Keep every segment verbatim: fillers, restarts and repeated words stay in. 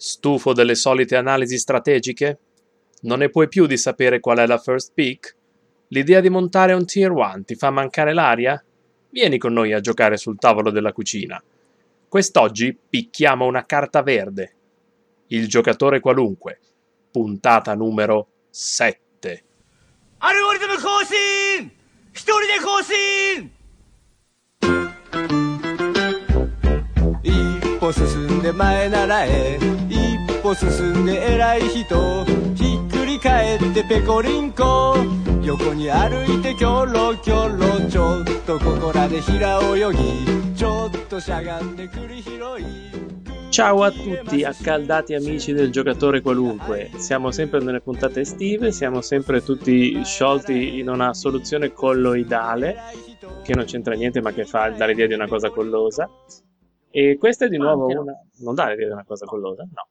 Stufo delle solite analisi strategiche? Non ne puoi più di sapere qual è la first pick? L'idea di montare un tier one ti fa mancare l'aria? Vieni con noi a giocare sul tavolo della cucina. Quest'oggi picchiamo una carta verde. Il giocatore qualunque. Puntata numero sette. Algorithm 更新! 一人で更新! 一歩進んで前ならえ一歩進んで偉い人ひっくり返ってペコリンコ横に歩いてキョロキョロちょっとここらで平泳ぎちょっとしゃがんで栗拾い Ciao a tutti accaldati amici del giocatore qualunque, siamo sempre nelle puntate estive, siamo sempre tutti sciolti in una soluzione colloidale che non c'entra niente ma che fa dare l'idea di una cosa collosa e questa è di nuovo una... non dà l'idea di una cosa collosa, no.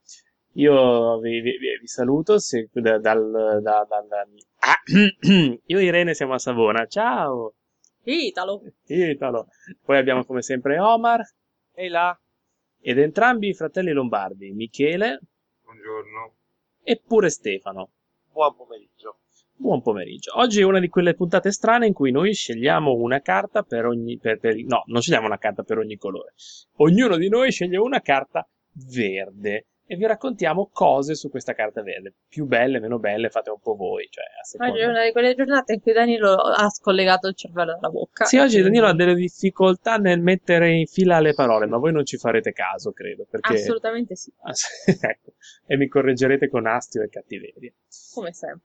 Io vi, vi, vi saluto se, da, dal... Da, da, da... Ah, io e Irene siamo a Savona, ciao! Italo! Italo! Poi abbiamo come sempre Omar e là ed entrambi i fratelli lombardi, Michele. Buongiorno. E pure Stefano. Buon pomeriggio. Buon pomeriggio. Oggi è una di quelle puntate strane in cui noi scegliamo una carta per ogni... Per, per, no, non scegliamo una carta per ogni colore. Ognuno di noi sceglie una carta verde e vi raccontiamo cose su questa carta verde. Più belle, meno belle, fate un po' voi. Cioè, a seconda. Oggi è una di quelle giornate in cui Danilo ha scollegato il cervello dalla bocca. Sì, oggi Danilo ha delle difficoltà nel mettere in fila le parole, ma voi non ci farete caso, credo. Perché... Assolutamente sì. Ecco. E mi correggerete con astio e cattiveria. Come sempre.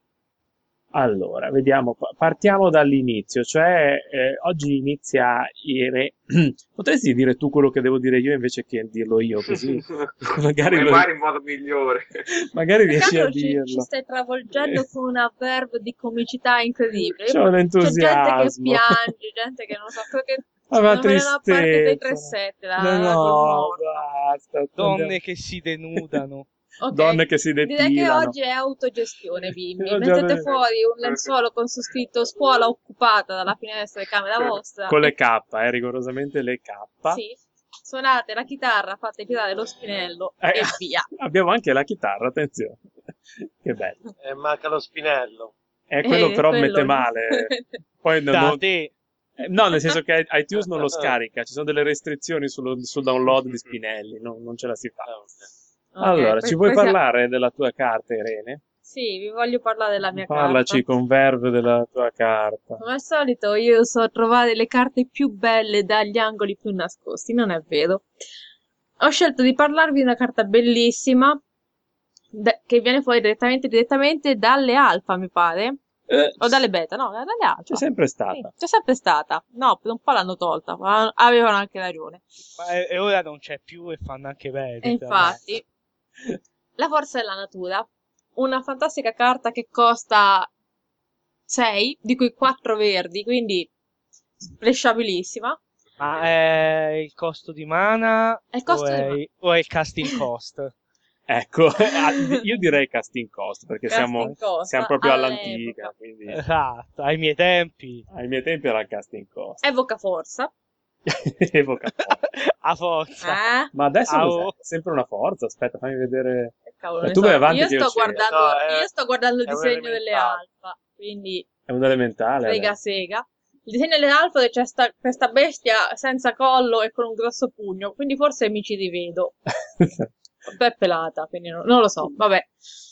Allora, vediamo, partiamo dall'inizio, cioè eh, oggi inizia Ire... Potresti dire tu quello che devo dire io invece che dirlo io, così magari lo... in modo migliore. Magari riesci a ci, dirlo. ci stai travolgendo con una verve di comicità incredibile. C'è un entusiasmo. C'è gente che piange, gente che non sa so, che ah, ma non vedono a parte dei tristezza. tre sette. La, No, la no, basta. Donne andiamo. che si denudano. Okay. Donne che si depilano. Direi che oggi è autogestione, bimbi. Ho già Mettete visto. fuori un lenzuolo con su scritto scuola occupata dalla finestra di camera vostra. Con le K, eh, rigorosamente le K. Sì. Suonate la chitarra, fate tirare lo spinello Eh, e via. Abbiamo anche la chitarra, attenzione. Che bello. E manca lo spinello. Eh, quello Eh, però quello- mette male. Poi non- Da non- te. eh, no, nel senso che iTunes non lo scarica, ci sono delle restrizioni sullo- sul download di Spinelli, no- non ce la si fa. Ok, Allora, que- ci vuoi questa- parlare della tua carta, Irene? Sì, vi voglio parlare della mia Parlaci carta. con verve della tua carta. Come al solito io so trovare le carte più belle dagli angoli più nascosti, non è vero? Ho scelto di parlarvi di una carta bellissima da- che viene fuori direttamente, direttamente dalle alfa, mi pare. Eh, O dalle beta, no, dalle alfa. c'è sempre Sì, stata. c'è sempre stata. No, per un po' l'hanno tolta, ma avevano anche ragione. Ma e e ora non c'è più e fanno anche bene. E infatti, la forza della natura, una fantastica carta che costa sei, di cui quattro verdi, quindi flashabilissima. Ma è il costo di mana È il costo o, di è, mana. o è il casting cost? Ecco, io direi casting cost, perché Casting siamo, cost, siamo proprio all'epoca. all'antica, quindi Esatto, ai miei tempi. ai miei tempi era il casting cost. Evoca forza. Evoca forza. A forza. Eh? Ma adesso Ah, cos'è? oh. sempre una forza, aspetta, fammi vedere. Che cavolo E ne tu so. vai avanti Io che io sto cerco. guardando, No, è- io sto guardando il è un disegno delle elementare. alfa, quindi È un elementale. frega adesso. sega. Il disegno delle alfa c'è sta, questa bestia senza collo e con un grosso pugno, quindi forse mi ci rivedo. Un po' è pelata, quindi non, non lo so, vabbè.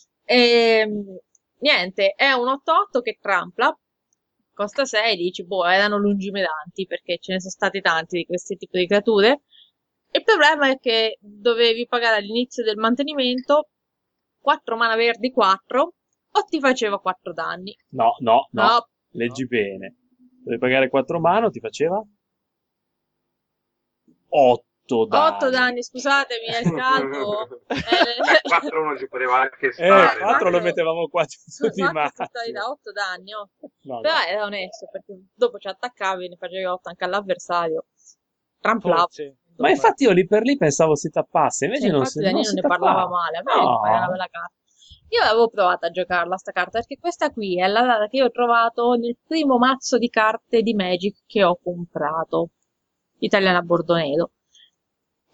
Ehm, niente, è un otto otto che trampla, costa sei, dici, boh, erano lungimiranti perché ce ne sono stati tanti di questi tipi di creature. Il problema è che dovevi pagare all'inizio del mantenimento quattro mana verdi, quattro, o ti faceva quattro danni. No, no, no, No. leggi bene. Devi pagare quattro mano, ti faceva otto danni. otto danni, scusatemi, è il caldo. Eh, quattro uno ci poteva anche Eh, stare. Eh, quattro dai. lo mettevamo quasi su di Scusate, sono stati massimo. da otto danni, oh. No, no. Però era onesto, perché dopo ci attaccavi e ne facevi otto anche all'avversario. Tramplava. Forse. Ma infatti io lì per lì pensavo si tappasse, invece Cioè, non infatti si, non Danilo si ne tappava. parlava male, a me No. era una bella carta. Io avevo provato a giocarla sta carta, perché questa qui è la data che io ho trovato nel primo mazzo di carte di Magic che ho comprato, Italiana Bordonero.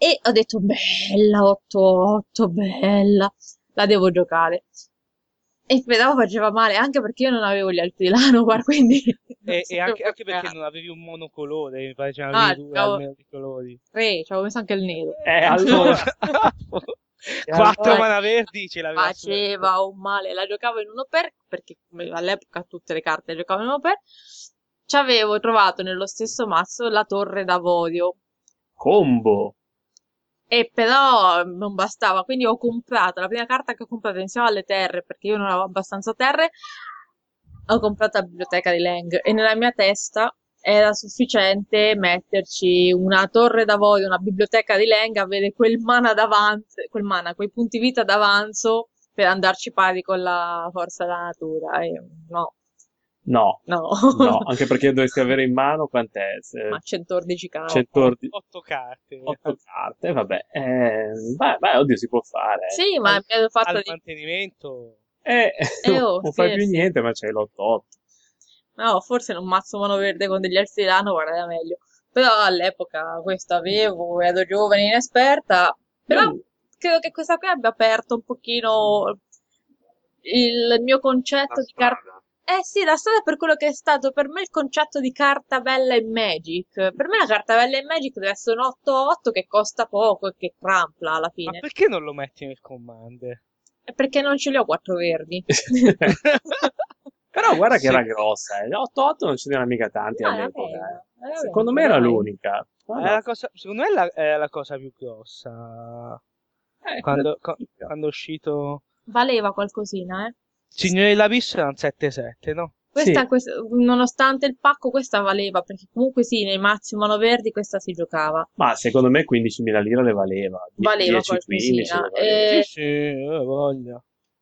E ho detto, bella, otto otto, bella, la devo giocare. E però faceva male, anche perché io non avevo gli altri Lanoir, quindi non E, e sapevo anche, anche perché giocare. non avevi un monocolore, mi pare ce Ah, n'avevi due giocavo almeno di colori. tre, ci avevo messo anche il nero. Eh, allora... E Quattro allora... mana verdi ce l'aveva su. Faceva un male, la giocavo in uno per, perché come all'epoca tutte le carte le giocavo in uno per. Ci avevo trovato nello stesso mazzo la torre d'avorio. Combo. E però non bastava, quindi ho comprato la prima carta che ho comprato insieme alle terre, perché io non avevo abbastanza terre, ho comprato la biblioteca di Lang e nella mia testa era sufficiente metterci una torre d'avorio, una biblioteca di Lang, avere quel mana d'avanzo, quel mana, quei punti vita d'avanzo per andarci pari con la forza della natura. E no, No, no, no, anche perché dovresti avere in mano quant'è? Se- ma centoundici carte. centodici Otto carte. otto carte, vabbè. Eh, beh, beh, oddio, si può fare. Sì, ma mi ero fatta Al di... mantenimento. Eh, Eh, oh, non fai sì, più sì. niente, ma c'hai l'otto otto. No, forse in un mazzo mano verde con degli elfi di lano, guarda, era meglio. Però all'epoca questo avevo, ero giovane, inesperta. Però Io- credo che questa qui abbia aperto un pochino il mio La concetto di carta. strada. Eh sì, la strada per quello che è stato per me il concetto di carta bella in Magic. Per me la carta bella in Magic deve essere un otto otto che costa poco e che crampla alla Ma fine. perché non lo metti nel commander? È perché non ce li ho quattro verdi. Però guarda che era Sì. grossa, eh. otto otto non ce n'erano mica tanti No, era all'epoca. bella, eh. era Secondo bella, me era dai. l'unica. No, È no. la cosa, secondo me è la, è la cosa più grossa. Eh, Quando, quella co- tipica. quando è uscito Valeva qualcosina, eh. Signore dell'Abisso era un sette sette, no? Questa, Sì. questa- nonostante il pacco, questa valeva, perché comunque sì, nei mazzi mono verdi questa si giocava. Ma secondo me quindicimila lire le valeva. Die- Valeva dieci quindici qualcosina. le valeva. Eh, Sì, sì, eh, voglia.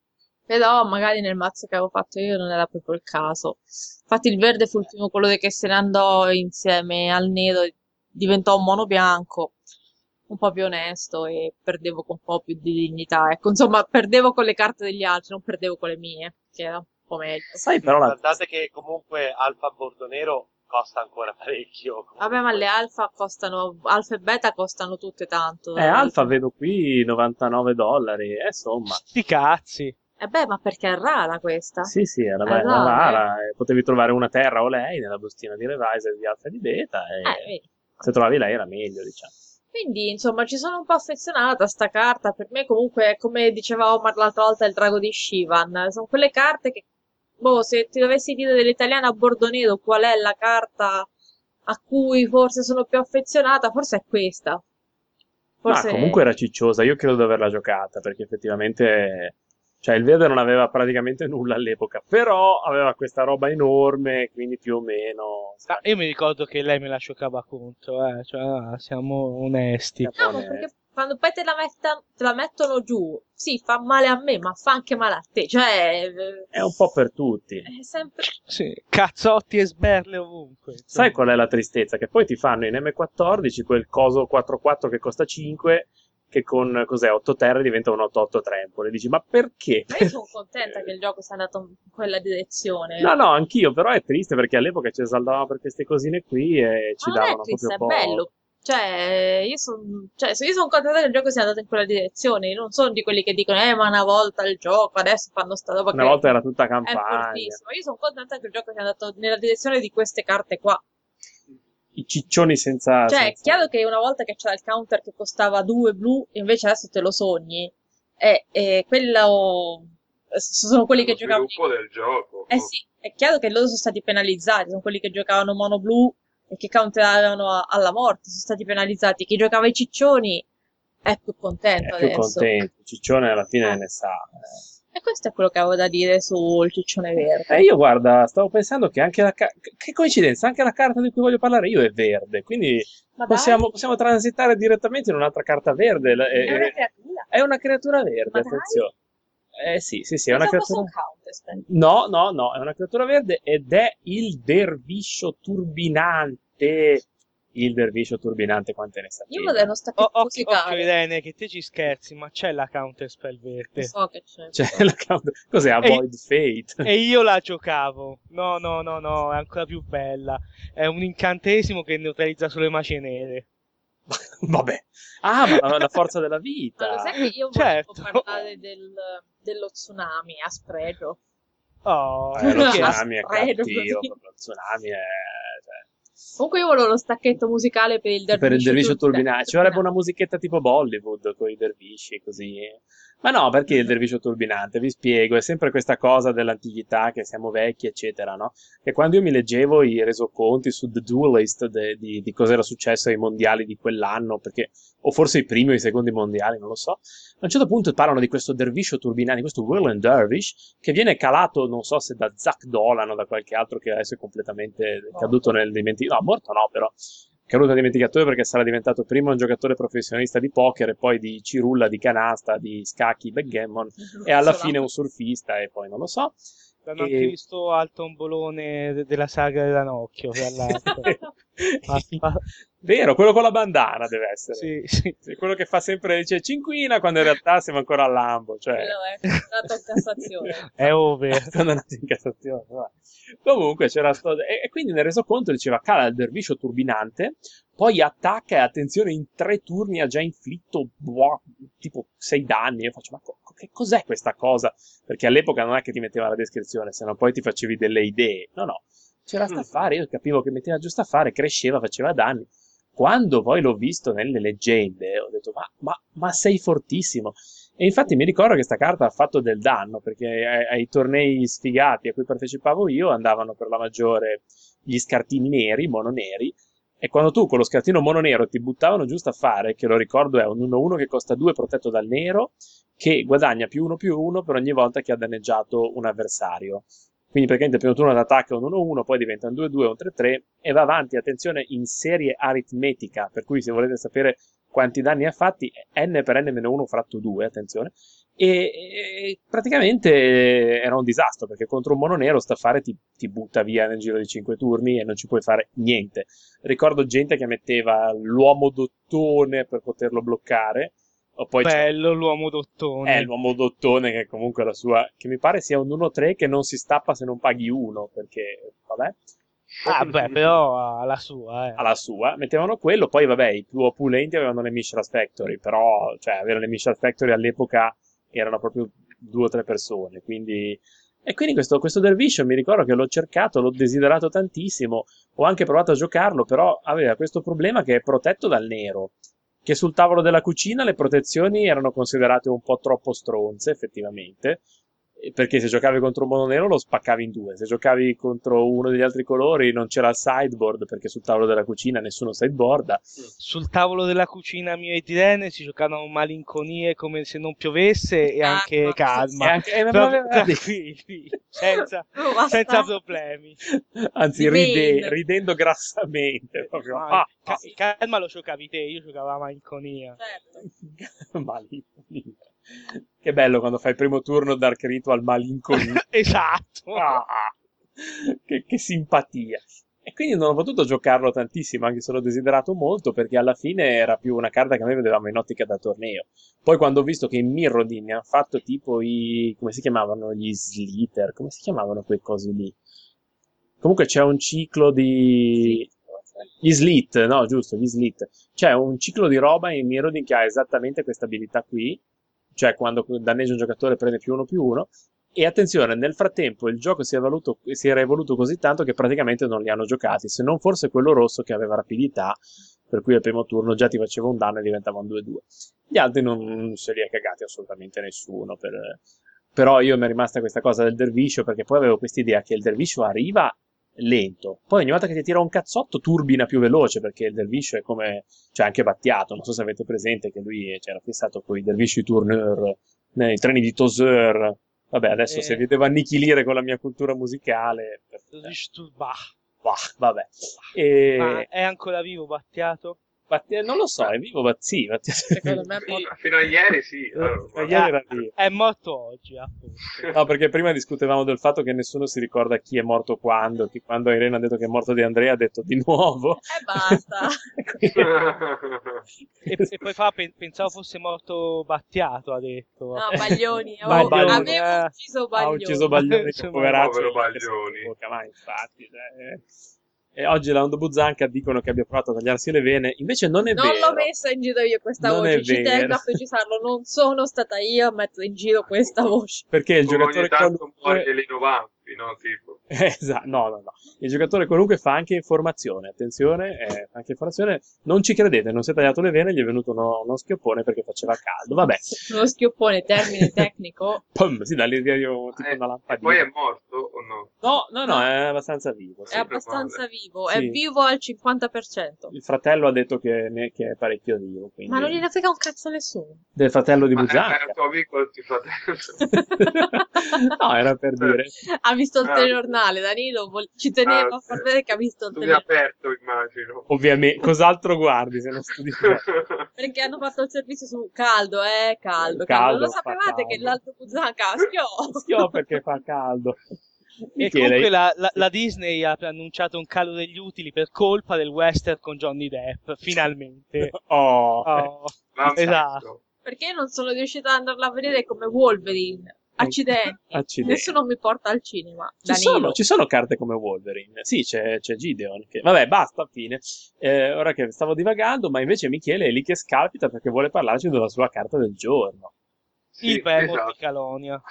però magari nel mazzo che avevo fatto io non era proprio il caso. Infatti il verde fu il primo colore che se ne andò insieme al nero, diventò un mono bianco, un po' più onesto e perdevo con un po' più di dignità. Ecco, insomma, perdevo con le carte degli altri, non perdevo con le mie, che era un po' meglio. Sai però la... Guardate che comunque Alfa Bordo Nero costa ancora parecchio. Vabbè, ma le alfa costano, alfa e beta costano tutte tanto. Eh, Alfa vedo qui novantanove dollari, eh, insomma. Sti cazzi. Eh beh, ma perché è rara questa? Sì, sì, era È bella rara, rara. eh. Potevi trovare una terra o lei nella bustina di Revisor di Alfa e di Beta e Eh, vedi. se trovavi lei era meglio, diciamo. Quindi, insomma, ci sono un po' affezionata a sta carta. Per me, comunque, è come diceva Omar l'altra volta, il drago di Shivan. Sono quelle carte che, boh, se ti dovessi dire dell'italiana a bordo nero qual è la carta a cui forse sono più affezionata, forse è questa. Forse... Ma comunque era cicciosa, io credo di averla giocata, perché effettivamente, cioè il verde non aveva praticamente nulla all'epoca, però aveva questa roba enorme, quindi più o meno... Ah, io mi ricordo che lei me la giocava contro, eh. Cioè, ah, siamo onesti. Siamo No, ma onesti. perché quando poi te la, metta- te la mettono giù, sì, fa male a me, ma fa anche male a te. Cioè, eh, È un po' per tutti. è sempre... Sì, cazzotti e sberle ovunque. Sai qual è la tristezza? Che poi ti fanno in M quattordici quel coso quattro quattro che costa cinque, che con cos'è, otto terre diventa un otto otto Trample. E dici, ma perché? Ma io sono contenta che il gioco sia andato in quella direzione. No, no, anch'io, però è triste perché all'epoca ci esaldavamo per queste cosine qui e ci Ma non è davano triste, proprio è poco. bello. Cioè, io sono cioè, se io sono contenta che il gioco sia andato in quella direzione. Io non sono di quelli che dicono, eh, ma una volta il gioco, adesso fanno sta roba Una che volta era tutta è campagna. fortissimo. Io sono contenta che il gioco sia andato nella direzione di queste carte qua. I ciccioni senza... Cioè, è senza- chiaro che una volta che c'era il counter che costava due blu, invece adesso te lo sogni. E, e quello sono quelli che Lo giocavano. sviluppo del gioco. Eh sì, è chiaro che loro sono stati penalizzati, sono quelli che giocavano mono blu e che counteravano a- alla morte, sono stati penalizzati. Chi giocava i ciccioni è più contento È più adesso. contento. Il ciccione alla fine Eh. ne sa. eh. E questo è quello che avevo da dire sul ciccione verde. E io guarda, stavo pensando che anche la ca- che coincidenza, anche la carta di cui voglio parlare io è verde, quindi Ma possiamo, dai, possiamo transitare direttamente in un'altra carta verde. La- è una È, creatura. è una creatura verde, Ma dai. attenzione. Eh sì, sì, sì, è una Pensavo fosse creatura. un counterspell. No, no, no, è una creatura verde ed è il derviscio turbinante. Il derviscio turbinante, quante ne Io sapete? vorrei non sta più O- occhio, musicale. occhio Irene, che te ci scherzi, ma c'è la counterspell verde. So che c'è. Cioè, la counter- cos'è? Avoid Fate? E io la giocavo. No, no, no, no, è ancora più bella. È un incantesimo che neutralizza solo le magie nere. Vabbè. Ah, ma la, la forza della Ma vita. lo sai che io Certo. volevo parlare del, dello tsunami a spregio? Oh, Eh, lo Ah, tsunami è spregio cattivo, così. proprio. Lo tsunami è... cioè, Comunque io volevo lo stacchetto musicale per il per il derviscio derviscio turbina- turbinante. Ci vorrebbe una turbinante. musichetta tipo Bollywood con i dervisci, così. Ma no, perché il derviscio turbinante? Vi spiego, è sempre questa cosa dell'antichità, che siamo vecchi, eccetera, no? E quando io mi leggevo i resoconti su The Duelist de- di, di cosa era successo ai mondiali di quell'anno, perché, o forse i primi o i secondi mondiali, non lo so, a un certo punto parlano di questo derviscio turbinante, di questo Roland Dervish, che viene calato, non so se da Zach Dolan o da qualche altro che adesso è completamente caduto nel dimenticatoio. No, morto no, però caduto nel dimenticatoio perché sarà diventato prima un giocatore professionista di poker e poi di cirulla, di canasta, di scacchi, backgammon e alla fine un surfista e poi non lo so. L'hanno E- anche visto al tombolone de- della saga di Ranocchio, tra l'altro. Ah, ah. Vero, quello con la bandana deve essere. Sì, sì. Sì, quello che fa sempre, dice cinquina quando in realtà siamo ancora al lambo, cioè... Quello è andato in Cassazione. È over. Sono andato in Cassazione. vabbè. Comunque c'era sto... E, e quindi nel resoconto diceva cala il derviscio turbinante, poi attacca e attenzione in tre turni ha già inflitto boh, tipo sei danni. Io faccio ma co- che cos'è questa cosa? Perché all'epoca non è che ti metteva la descrizione, se no poi ti facevi delle idee. No, no. C'era sta affare, io capivo che metteva giusto affare, cresceva, faceva danni. Quando poi l'ho visto nelle leggende, ho detto, ma, ma, ma sei fortissimo. E infatti mi ricordo che sta carta ha fatto del danno, perché ai, ai tornei sfigati a cui partecipavo io andavano per la maggiore gli scartini neri, mononeri, e quando tu con lo scartino mononero ti buttavano giusto a fare, che lo ricordo è un uno uno che costa due protetto dal nero, che guadagna più uno più uno per ogni volta che ha danneggiato un avversario. Quindi praticamente il primo turno d'attacco è un uno uno, poi diventa un due due, un tre tre e va avanti, attenzione, in serie aritmetica, per cui se volete sapere quanti danni ha fatti, n per n meno uno fratto due, attenzione, e, e praticamente era un disastro, perché contro un mono nero staffare ti, ti butta via nel giro di cinque turni e non ci puoi fare niente. Ricordo gente che metteva l'uomo dottone per poterlo bloccare, o poi c'è- Bello l'uomo dottone. è l'uomo dottone che comunque la sua, che mi pare sia un uno tre che non si stappa se non paghi uno, perché vabbè, Ah, beh, però ha la sua, eh. alla sua, mettevano quello, poi vabbè, i più opulenti avevano le Mishra's Factory, però, cioè, avere le Mishra's Factory all'epoca erano proprio due o tre persone, quindi... E quindi questo, questo Dervish mi ricordo che l'ho cercato, l'ho desiderato tantissimo, ho anche provato a giocarlo, però aveva questo problema che è protetto dal nero, che sul tavolo della cucina le protezioni erano considerate un po' troppo stronze, effettivamente, perché se giocavi contro un mono nero lo spaccavi in due, se giocavi contro uno degli altri colori non c'era il sideboard, perché sul tavolo della cucina nessuno sideboarda. Sul tavolo della cucina mia e di Irene si giocavano malinconie come se non piovesse e Ah, anche no. calma. E anche- eh, ma Tra- me l'aveva detto. tranquilli, senza, Oh, basta. senza problemi. Anzi, Di ride- Bane. ridendo grassamente. Proprio. Ma Ah, ca- ah. calma lo giocavi te, io giocavo a malinconia. Certo. Malinconia. Che bello quando fai il primo turno Dark Ritual malinconia. Esatto. Ah, che, che simpatia. E quindi non ho potuto giocarlo tantissimo, anche se l'ho desiderato molto, perché alla fine era più una carta che noi vedevamo in ottica da torneo. Poi quando ho visto che in Mirrodin ne hanno fatto tipo i... come si chiamavano? Gli Slither? Come si chiamavano quei cosi lì? Comunque c'è un ciclo di... Gli Slit, no, giusto, gli Slit. C'è un ciclo di roba in Mirrodin che ha esattamente questa abilità qui, cioè quando danneggia un giocatore prende più uno più uno. E attenzione, nel frattempo il gioco si è, evoluto, si era evoluto così tanto che praticamente non li hanno giocati, se non forse quello rosso che aveva rapidità, per cui al primo turno già ti faceva un danno e diventava un due due. Gli altri non se li ha cagati assolutamente nessuno, per... però io mi è rimasta questa cosa del derviscio, perché poi avevo questa idea che il derviscio arriva lento, poi ogni volta che ti tira un cazzotto turbina più veloce, perché il derviscio è come, cioè anche Battiato, non so se avete presente che lui c'era fissato con i dervisci tourneur nei treni di Toseur. Vabbè, adesso Eh. se vi devo annichilire con la mia cultura musicale, Disturbah. bah, vabbè. E... Ma è ancora vivo Battiato? Batti- non lo so, è vivo, ma sì, Battiato. Secondo me è Fino, molto... fino a ieri sì. Eh, allora, ieri era vivo. È morto oggi, appunto. No, perché prima discutevamo del fatto che nessuno si ricorda chi è morto quando, che quando Irene ha detto che è morto di Andrea ha detto di nuovo. E basta. E, e poi fa, pen- pensavo fosse morto Battiato, ha detto. No, Baglioni. Avevo, Baglioni, avevo eh. ucciso Ha Baglioni. ucciso Baglioni, Insomma, poveraccio. povero Baglioni. Ma infatti, cioè, E oggi la Ondo Buzzanca dicono che abbia provato a tagliarsi le vene, invece non è Non vero. l'ho messa in giro io questa Non voce, è ci vero. tengo a precisarlo, non sono stata io a mettere in giro questa voce. Perché il Come giocatore ogni tanto qualunque... muore Lino Banfi, no? Tipo. Esatto, no, no, no. Il giocatore qualunque fa anche informazione, attenzione, eh, fa anche informazione. Non ci credete, non si è tagliato le vene, gli è venuto uno, uno schioppone perché faceva caldo. Vabbè. Uno schioppone, termine tecnico. Pum, si dà l'idea di tipo Eh, una e lampadina. poi è morto o no? No, no, no, è abbastanza vivo. È sì. abbastanza vivo, Sì. è vivo al cinquanta per cento. Il fratello ha detto che, ne- che è parecchio vivo. Quindi... Ma non gliene frega un cazzo a nessuno. Del fratello di Ma è Buzzanca. il tuo amico o il tuo fratello? No, era per dire. Ha visto il Ah. telegiornale, Danilo, vol- ci tenevo Ah, a far vedere che ha visto il Studi telegiornale. aperto, immagino. Ovviamente, cos'altro guardi se non studi? Perché hanno fatto il servizio su caldo, eh, caldo, caldo. Caldo, Lo fa sapevate caldo. che l'Alto Buzzanca schiò? Schiò perché fa caldo. E Michele, comunque la, la- la Disney ha annunciato un calo degli utili per colpa del western con Johnny Depp, finalmente. Oh. Oh, L'hanno esatto. fatto. Perché io non sono riuscita ad andarla a vedere come Wolverine. Accidenti. Accidenti. Nessuno mi porta al cinema. Ci Danilo. sono, ci sono carte come Wolverine. Sì, c'è, c'è Gideon. Che... Vabbè, basta, fine. Eh, ora che stavo divagando, ma invece Michele è lì che scalpita perché vuole parlarci della sua carta del giorno. Sì, Il Behemoth esatto. di Calonia.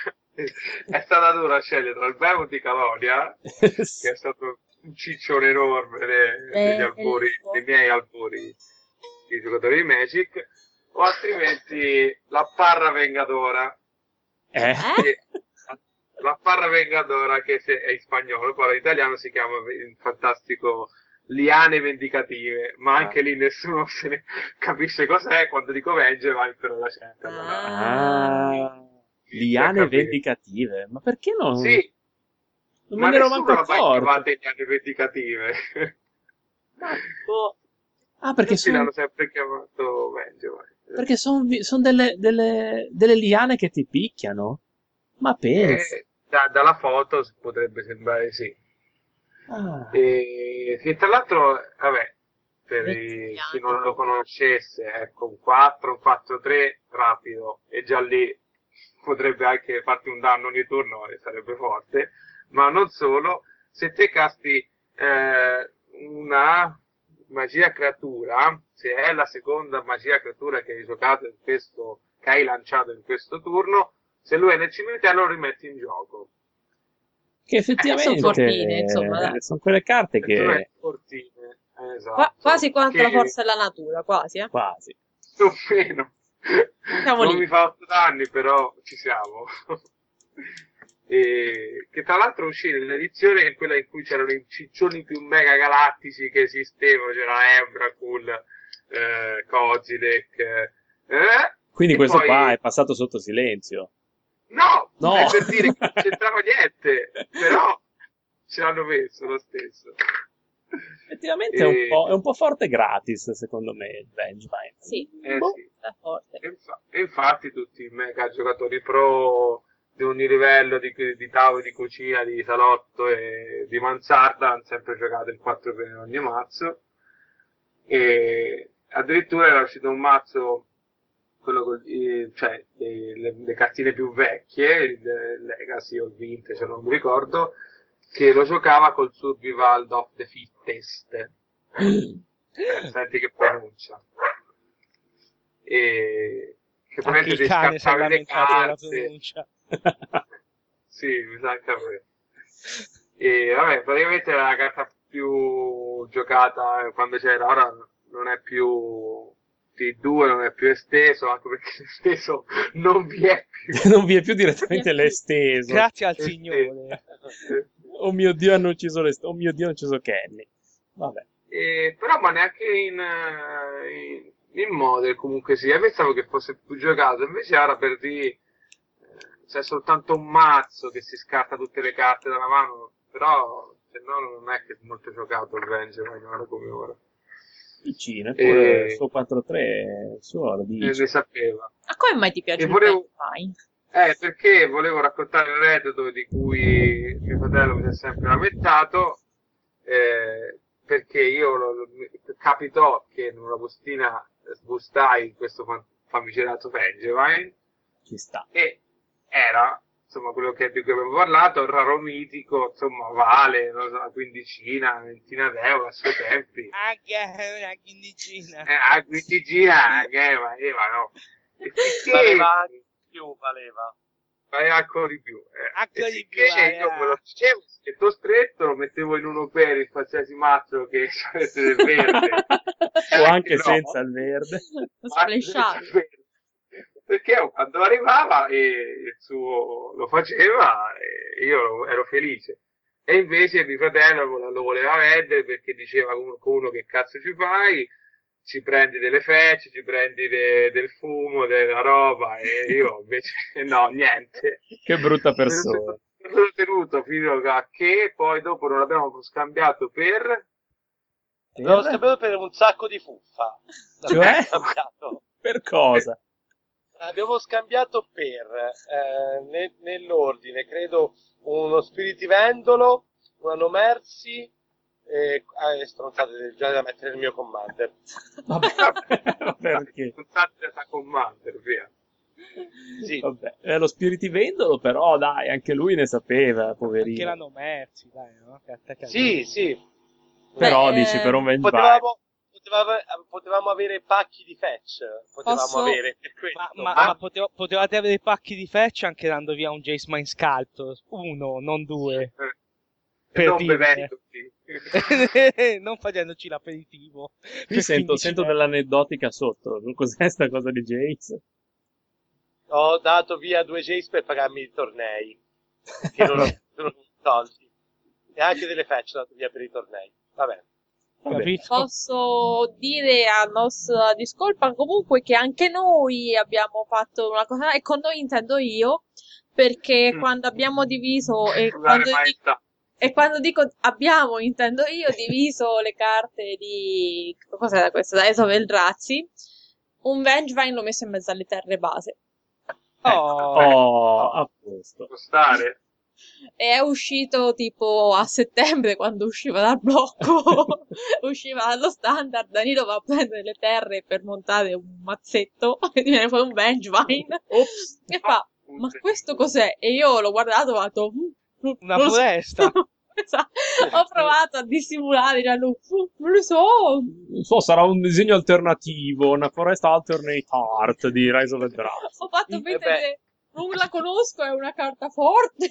È stata dura scegliere tra il Behemoth di Calonia, che è stato un ciccione enorme de- degli Bello. albori, dei miei albori di giocatori di Magic, o altrimenti la Parra Vengadora. Eh? Eh? La Parra Vengadora, che se- è in spagnolo, poi in italiano si chiama il fantastico Liane Vendicative, ma anche lì nessuno se ne capisce cos'è. Quando dico Venge vai per la cerca. Ah, Sì, liane capire. vendicative. Ma perché non? Sì, non ma me ne ero nessuno manco l'ha mai accorto. chiamate Liane Vendicative. Boh. Ah, perché Tutti sono l'hanno sempre chiamato Venge. vai. perché son vi- son delle, delle, delle liane che ti picchiano? Ma pensa. Eh, da- dalla foto si potrebbe sembrare sì. Ah. E, che tra l'altro, vabbè, per i- chi non lo conoscesse, ecco, un quattro, un quattro tre rapido, e già lì potrebbe anche farti un danno ogni turno e sarebbe forte, ma non solo, se te casti eh, una magia creatura, se è la seconda magia creatura che hai giocato in questo, che hai lanciato in questo turno, se lui è nel cimitero lo rimetti in gioco. Che effettivamente sono fortine, insomma, dai. sono quelle carte E tu hai che fortine, eh, esatto. Qua- quasi quanto Che- la forza della natura, quasi, eh. quasi. più o meno. Siamo Non lì. mi fa otto danni, però ci siamo. E che tra l'altro uscì nell'edizione in quella in cui c'erano i ciccioni più mega galattici che esistevano, c'era Emrakul, eh, Kozilek, eh, Quindi e questo poi- qua è passato sotto silenzio. No, No. è per dire che non c'entrava niente, però ce l'hanno messo lo stesso. Effettivamente è, un E- po', è un po' forte gratis, secondo me, il Vengevine. Sì, Eh, Boh. sì. è forte. E infa- e infatti tutti i mega giocatori pro di ogni livello di, di tavolo di cucina, di salotto e di mansarda hanno sempre giocato il quattro per ogni mazzo, e addirittura era uscito un mazzo, quello col- eh, cioè le, le- le cartine più vecchie, il Legacy o il Vintage, non mi ricordo, che lo giocava col Survival of the Fittest. Eh, senti che pronuncia. E che Anche praticamente il ti cane si è scartavi le lamentato della carte. pronuncia. Sì, mi sa anche a me. E vabbè, praticamente era la carta più giocata quando c'era, ora non è più T due, non è più esteso, anche perché l'esteso non vi è più. Non vi è più direttamente Non vi è più. l'esteso. Grazie al Esteso. Signore. Oh mio Dio, hanno ucciso l'esteso. Oh mio Dio, hanno ucciso Kenny. Vabbè. E, però ma neanche in, eh, in, in Modern comunque sì, io pensavo che fosse più giocato, invece ora per di eh, c'è soltanto un mazzo che si scarta tutte le carte dalla mano, però se no non è che è molto giocato il Ranger ora come ora. Piccino, eppure E- il suo quattro tre, il suo lo E dice. ne sapeva. Ma come mai ti piace E il volevo- Vengevine? Eh, perché volevo raccontare un aneddoto di cui mio fratello mi si è sempre lamentato, eh, perché io lo, lo- mi capitò che in una bustina sbustai questo fan- famigerato Vengevine Ci sta. e era insomma, quello che, di cui abbiamo parlato, il raro mitico, insomma, vale, non so, una quindicina, una ventina d'euro a suoi tempi. Anche una quindicina. Eh, a quindicina, anche, ma, eh, ma no. E finché- Valeva anche di più, valeva. valeva ancora di più. Eh. Ancora E di finché più, valeva. io me lo facevo, stretto stretto, lo mettevo in uno per in qualsiasi mazzo che avesse del verde. O anche no. senza il verde. Splashare. Perché quando arrivava e il suo lo faceva e io ero felice. E invece mio fratello lo voleva vendere perché diceva con uno che cazzo ci fai, ci prendi delle fecce, ci prendi de- del fumo, della roba, e io invece no, niente. Che brutta persona. L'ho tenuto fino a che poi dopo non l'abbiamo scambiato per... L'ho scambiato per un sacco di fuffa. Cioè? L'abbiamo scambiato. Per cosa? Abbiamo scambiato per, eh, ne- nell'ordine, credo, uno spiritivendolo, una no mercy e eh, stronzate del genere da mettere nel mio commander. Vabbè, perché? Puntate da Commander, via. Sì, Vabbè, è lo spiritivendolo, però dai, anche lui ne sapeva, poverino. Che l'hanno mersi, dai, no? Che attacca- sì, sì. Però Beh, dici, per un venge Potevamo, potevamo, potevamo avere pacchi di fetch, potevamo Posso- avere per questo. Ma, ma, ma- ma potevo- potevate avere pacchi di fetch anche dando via un Jace Mind Sculptor. Uno, non due. Eh, Per non dire. bevendo, sì. Non facendoci l'aperitivo. Qui Per sento, quindici sento euro. dell'aneddotica sotto. Cos'è sta cosa di Jace? Ho dato via due Jace per pagarmi i tornei, che non ho non ho soldi. E anche delle fetch ho dato via per i tornei. Va bene. Vabbè. Capito? Posso dire a nostra discolpa comunque che anche noi abbiamo fatto una cosa, e con noi intendo io, perché Mm. quando abbiamo diviso, e Scusate, quando, dico, maestà. e quando dico abbiamo, intendo io, diviso le carte di... cos'era questo? Da Eso Veldrazi, un Vengevine l'ho messo in mezzo alle terre base. Oh, Oh, a posto. Può stare? E è uscito tipo a settembre quando usciva dal blocco, usciva dallo standard, Danilo va a prendere le terre per montare un mazzetto e viene fuori un Vengevine e fa, ma questo cos'è? E io l'ho guardato e ho fatto, "Mm, Una non lo so." foresta. Esatto. Ho provato a dissimulare, dicendo, "Mm, non lo so." Non so, sarà un disegno alternativo, una foresta alternate art di Rise of the Dragons. Ho fatto Eh finta beh. che non la conosco, è una carta forte.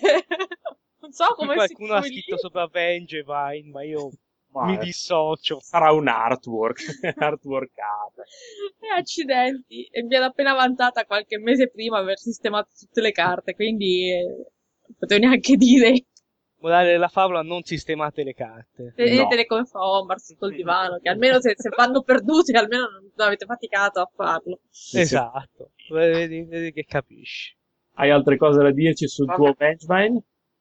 Non so come si Qualcuno ha chiama lì. scritto sopra Vengevine, ma io Ma mi dissocio. sarà un artwork, artworkata. E accidenti, e mi ero appena vantata qualche mese prima aver sistemato tutte le carte, quindi eh, non potevo neanche dire. Morale della favola, non sistemate le carte. Tenetele come fa Omar sotto il divano, che almeno se, se vanno perdute, almeno non, non avete faticato a farlo. Esatto. Vedi, vedi che capisci. Hai altre cose da dirci sul Vabbè. tuo Vengevine?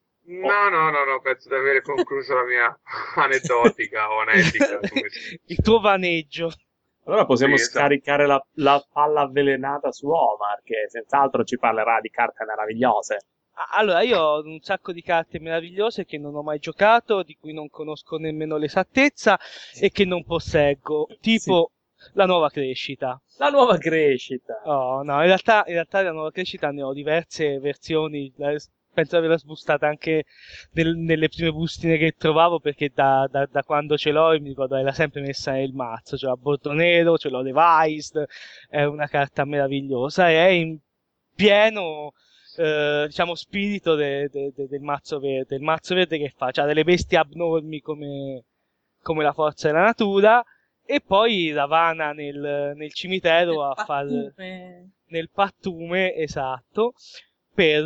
No, no, no, no, penso di aver concluso la mia aneddotica o anetica, come si Il tuo vaneggio. Allora possiamo Sì, esatto. scaricare la, la palla avvelenata su Omar, che senz'altro ci parlerà di carte meravigliose. Ah, Allora, io ho un sacco di carte meravigliose che non ho mai giocato, di cui non conosco nemmeno l'esattezza e che non posseggo. Tipo la nuova crescita. La nuova crescita. Oh, no, in realtà, in realtà la nuova crescita ne ho diverse versioni. la- Penso di averla sbustata anche nel- nelle prime bustine che trovavo, perché da, da- da quando ce l'ho mi ricordo che l'ha sempre messa nel mazzo. Ce l'ho a bordo nero, ce l'ho devised, è una carta meravigliosa e è in pieno eh, diciamo spirito de- de- de- del mazzo verde. Il mazzo verde che fa? C'ha delle bestie abnormi come, come la forza della natura, e poi Ravana nel, nel cimitero a far Pattume. nel pattume, esatto, per,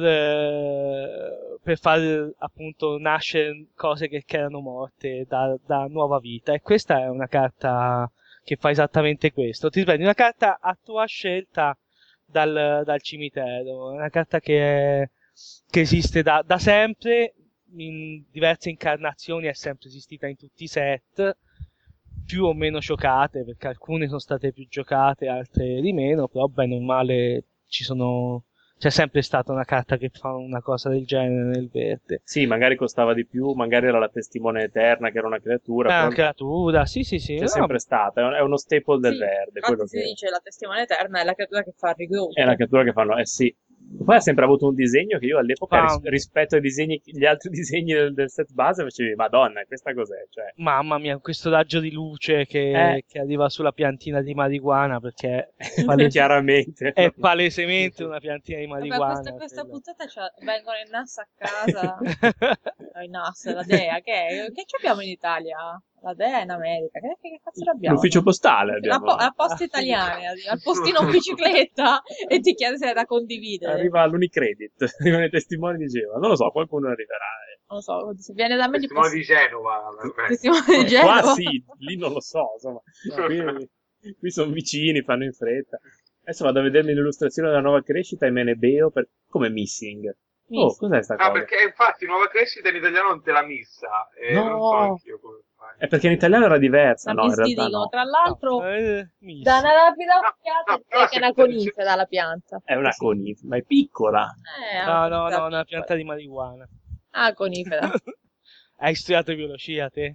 eh, per far appunto nascere cose che, che erano morte da, da nuova vita. E questa è una carta che fa esattamente questo. Ti prendi una carta a tua scelta dal, dal cimitero, è una carta che, è- che esiste da, da sempre, in diverse incarnazioni, è sempre esistita in tutti i set, più o meno giocate, perché alcune sono state più giocate, altre di meno, però bene o male ci sono, c'è sempre stata una carta che fa una cosa del genere nel verde. Sì, magari costava di più, magari era la testimone eterna, che era una creatura, È una però creatura, sì sì sì. c'è no, sempre stata, è un- è uno staple del Sì, verde, quello infatti si che dice la testimone eterna è la creatura che fa regrowth. è la creatura che fanno, eh sì, Poi ha sempre avuto un disegno che io all'epoca, ris- Found. rispetto ai disegni, gli altri disegni del, del set base, facevi, Madonna, questa cos'è? Cioè, Mamma mia, questo raggio di luce che, Eh. che arriva sulla piantina di marijuana, perché è, palese- chiaramente. è palesemente una piantina di Vabbè, marijuana. questa, questa quella. puntata c'ha- vengono in N A S a casa. No, in N A S, la D E A, che è? Che ci abbiamo in Italia? La D E A in America, che, che cazzo l'abbiamo? L'ufficio postale La, abbiamo. po- la posta italiana, al postino in bicicletta e ti chiede se è da condividere. Arriva l'Unicredit, arrivano i testimoni di Genova. Non lo so, qualcuno arriverà. eh. Non lo so, se viene da me li Testimone posso... di Genova. vabbè. Testimone di Genova. Qua sì, lì non lo so, insomma. Qui, qui sono vicini, fanno in fretta. Adesso vado a vedermi l'illustrazione della nuova crescita e me ne beo per... come missing. Oh, Miss. cos'è sta Ah, cosa? perché infatti nuova crescita in italiano non te l'ha missa. E No. non so anch'io come fai. È perché in italiano era diversa, La no, in Miss realtà dicono, no. tra l'altro, Eh, miss. da una rapida No, occhiata no, è però che è se- una conifera la pianta. È una conifera, ma è piccola. Eh, No, no, una no, una piccola. pianta di marijuana. Ah, conifera. Hai studiato biologia te?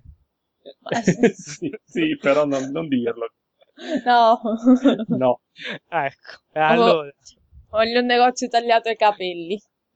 sì, sì, però non, non dirlo. No. No. Ah, ecco, e allora. Voglio un negozio tagliato ai capelli.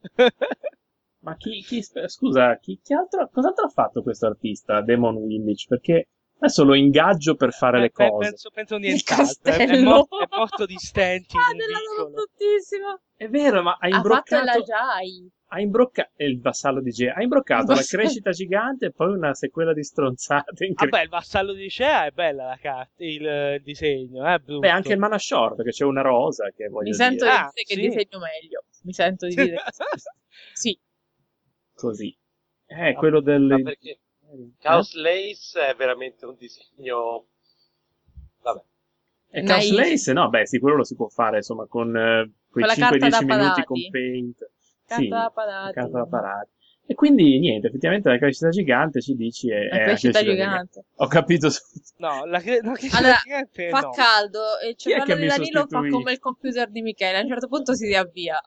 Ma chi, chi scusa, chi, chi altro, cos'altro ha fatto questo artista, Damon Willich? Perché adesso lo ingaggio per fare Eh, le pe- cose. Penso, penso Il nient'altro. È, è castello. morto, è morto di stenti. Ah, in un della vicolo. bruttissimo. È vero, ma ha Ha fatto imbroccato... la Jai. Ha imbroccato il vassallo di Ge, ha imbroccato Il la vassallo- crescita gigante e poi una sequela di stronzate incredibili. Vabbè, il vassallo di Cea è bella la carta, il, il disegno, è brutto. Beh, anche il Mana Short, che c'è una rosa che voglio Mi sento dire. di Ah, dire che sì. disegno meglio. Mi sento di dire che sì. Così. Eh, quello del... Ma perché Eh? Chaos Lace è veramente un disegno. Vabbè. E Chaos Naif. Lace? No, beh, sì, quello lo si può fare, insomma, con eh, quei Con la carta cinque dieci da minuti parati. con Paint. Carta Sì, da parati. carta da parati. E quindi, niente, effettivamente la crescita gigante, ci dici, è, La è crescita gigante. Ho capito subito. No, la, cre- la crescita Allora, gigante fa no. caldo e il Chi è che cervello di mi Danilo fa sostituisce? come il computer di Michele. A un certo punto si riavvia.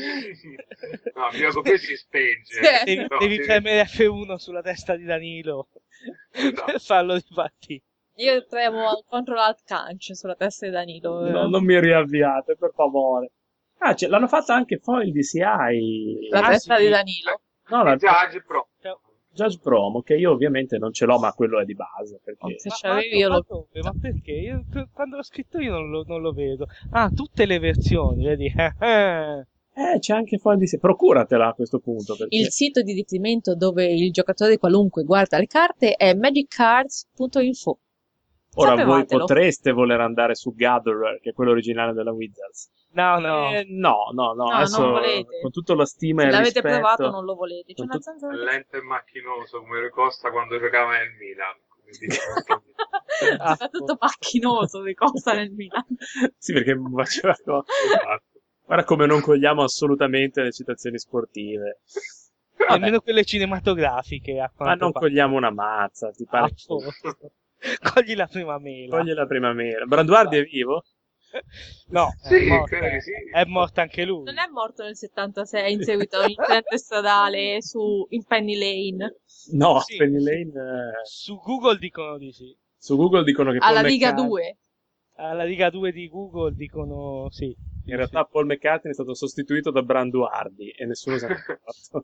No, il mio computer si spenge. Sì. Devi, No, devi si- premere F uno sulla testa di Danilo Esatto. per farlo ripartire. Io tremo contro l'alt canc sulla testa di Danilo. No, non mi riavviate, per favore. Ah, cioè, l'hanno fatta anche foil D C I. La Ah, testa sì. di Danilo. No, la Il Judge Pro. Judge Promo, che io ovviamente non ce l'ho, ma quello è di base. Perché... Se Ma, c'avevi ma- io ma lo... dove? Ma perché? Io, quando l'ho scritto io non lo, non lo vedo. Ah, tutte le versioni, vedi? Eh, Eh, c'è anche foil D C I. Procuratela a questo punto. Perché... Il sito di riferimento dove il giocatore qualunque guarda le carte è magic cards punto info. Ora voi Sapevatelo. potreste voler andare su Gatherer, che è quello originale della Wizards. no, no. Eh, no, no, no, No, adesso non volete. con tutto lo stima Se e il l'avete rispetto... provato non lo volete. C'è con una tut- zanzara È che- lento e macchinoso come Costa quando giocava nel Milan. Come dicono. Ah, soprattutto macchinoso di Costa nel Milan. Sì, perché faceva cosa. Guarda come non cogliamo assolutamente le citazioni sportive. Vabbè, Nemmeno quelle cinematografiche. A ma quanto non pare. cogliamo una mazza, ti pare? A posto. Cogli la prima mela. Cogli la prima mela. Branduardi è vivo? No, Sì, è, morto, credo che sì. è morto anche lui. Non è morto nel settantasei in seguito a un incidente stradale su, in Penny Lane. No, Sì, Penny sì. Lane... eh, Su Google dicono di sì. su Google dicono che Paul Alla Liga McCartney- due. Alla Liga due di Google dicono sì. In realtà Paul McCartney è stato sostituito da Branduardi e nessuno se n'è accorto.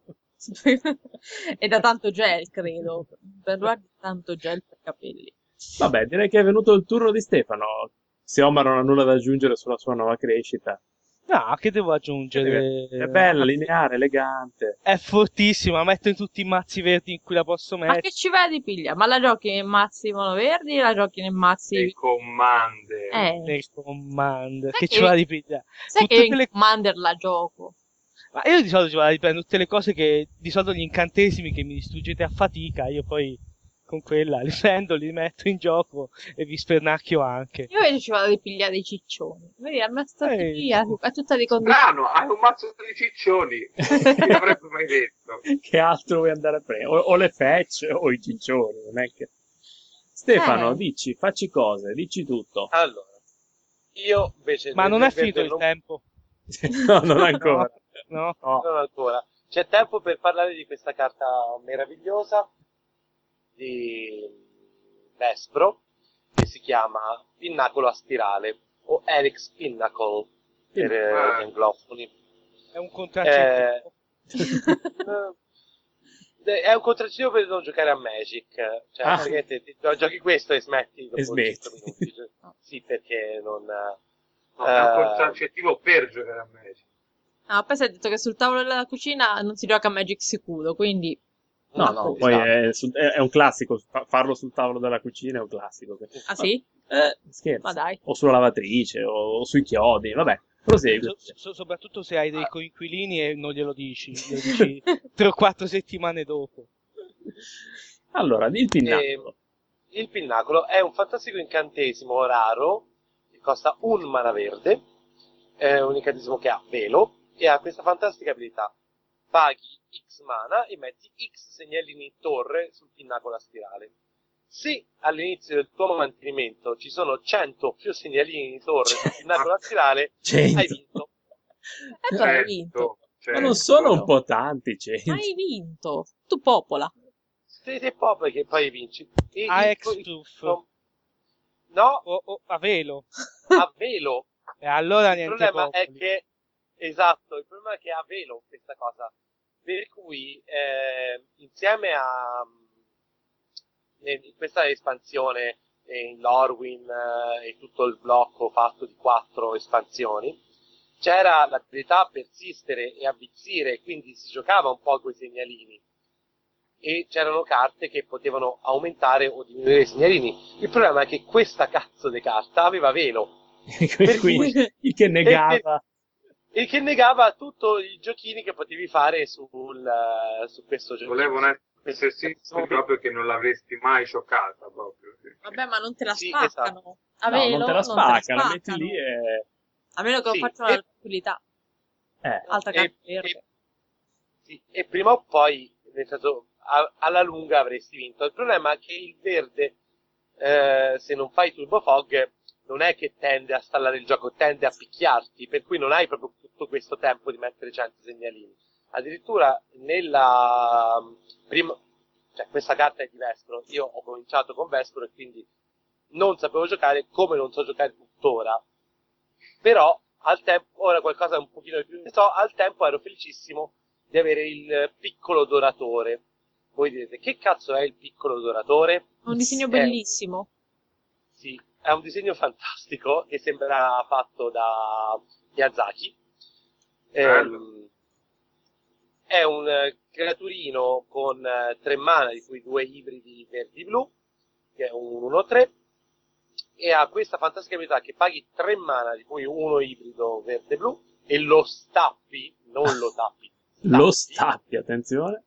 E da tanto gel, credo. Per guardi tanto gel per capelli. Vabbè, direi che è venuto il turno di Stefano. Se Omar non ha nulla da aggiungere sulla sua nuova crescita. No, che devo aggiungere? È bella, lineare, elegante. È fortissima, metto in tutti i mazzi verdi in cui la posso Ma mettere. che ci vedi, piglia? Ma la giochi nei mazzi monoverdi o la giochi nei E mazzi... comande. Eh, Nei command. Sai Che che- ci va di pigliare. sai tutte che in quelle- Commander la gioco? Ma io di solito ci vado a riprendere tutte le cose che di solito gli incantesimi che mi distruggete a fatica, io poi con quella li prendo, li metto in gioco e vi spernacchio anche. Io invece ci vado a ripigliare i ciccioni. Vedi, la mia strategia è tutta di condizione. Strano, hai un mazzo di ciccioni. Chi avrebbe mai detto? Che altro vuoi andare a prendere? O, o le fetch o i ciccioni, non è che... Stefano, Eh. dici, facci cose, dici tutto. Allora, io invece... Ma del- non è del finito il verde tempo, no, non ancora. no? No. Non ancora. C'è tempo per parlare di questa carta meravigliosa di Despro che si chiama Pinnacolo a spirale o Eric's Pinnacle per eh, Ah. gli anglofoni. È un contraccetto. Eh, è un contraccetto per non giocare a Magic. Cioè, Ah. praticamente ti- ti- giochi questo e smetti dopo E smetti. cinque minuti. Cioè, sì, perché non... No, è un eh, contraccettivo per giocare a Magic. Ah, poi si è detto che sul tavolo della cucina non si gioca a Magic sicuro, quindi... No, a no, posto. poi esatto. è, sul- è- è un classico, fa- farlo sul tavolo della cucina è un classico. Ah sì? Eh, scherzo. Ma dai. O sulla lavatrice, o, o sui chiodi, vabbè, prosegui. So- so- soprattutto se hai dei coinquilini e non glielo dici, glielo dici tre o quattro settimane dopo. Allora, il pinnacolo. Eh, il pinnacolo è un fantastico incantesimo raro che costa un mana verde, è un incantesimo che ha velo e ha questa fantastica abilità. Paghi X mana e metti X segnalini in torre sul pinnacolo a spirale. Se all'inizio del tuo mantenimento ci sono cento più segnalini in torre sul pinnacolo a spirale, cento. hai vinto. E tu hai vinto. Ma non sono un po' tanti, cento. Hai vinto. Tu popola. Siete proprio che poi vinci. E il- A ex il- tuff. No, O, o a velo. a velo. E allora Il niente problema è popoli. che, esatto, il problema è che ha velo questa cosa. Per cui, eh, insieme a eh, in questa espansione eh, in Lorwyn eh, e tutto il blocco fatto di quattro espansioni, c'era l'abilità a persistere e avvizzire, quindi si giocava un po' con i segnalini. E c'erano carte che potevano aumentare o diminuire i segnalini. Il problema è che questa cazzo di carta aveva velo. Per Quindi, cui- il che negava. E che negava tutti i giochini che potevi fare sul, eh, su questo gioco. Volevano essere sicuri proprio che non l'avresti mai scioccata proprio. sì. Vabbè, ma non te la Sì, spaccano. A No, velo non te la spacca, la metti spaccano. lì e... A meno che Sì, non facciano e- la tranquillità. Eh, Altra E- carta e- verde. sì, e prima o poi, nel senso, a- alla lunga avresti vinto. Il problema è che il verde, eh, se non fai Turbo Fog, non è che tende a stallare il gioco, tende a picchiarti, per cui non hai proprio tutto questo tempo di mettere cento segnalini. Addirittura nella prima, cioè questa carta è di Vespro, io ho cominciato con Vespro e quindi non sapevo giocare come non so giocare tuttora. Però al tempo, ora qualcosa un pochino di più ne so, al tempo ero felicissimo di avere il piccolo doratore. Voi direte, che cazzo è il piccolo doratore? È un disegno Eh, bellissimo. Sì, è un disegno fantastico che sembra fatto da Miyazaki. Bello. Ehm, è un eh, creaturino con eh, tre mana, di cui due ibridi verdi-blu, che è un uno tre, e ha questa fantastica abilità che paghi tre mana, di cui uno ibrido verde-blu, e lo stappi, non lo tappi, lo stappi. stappi, attenzione.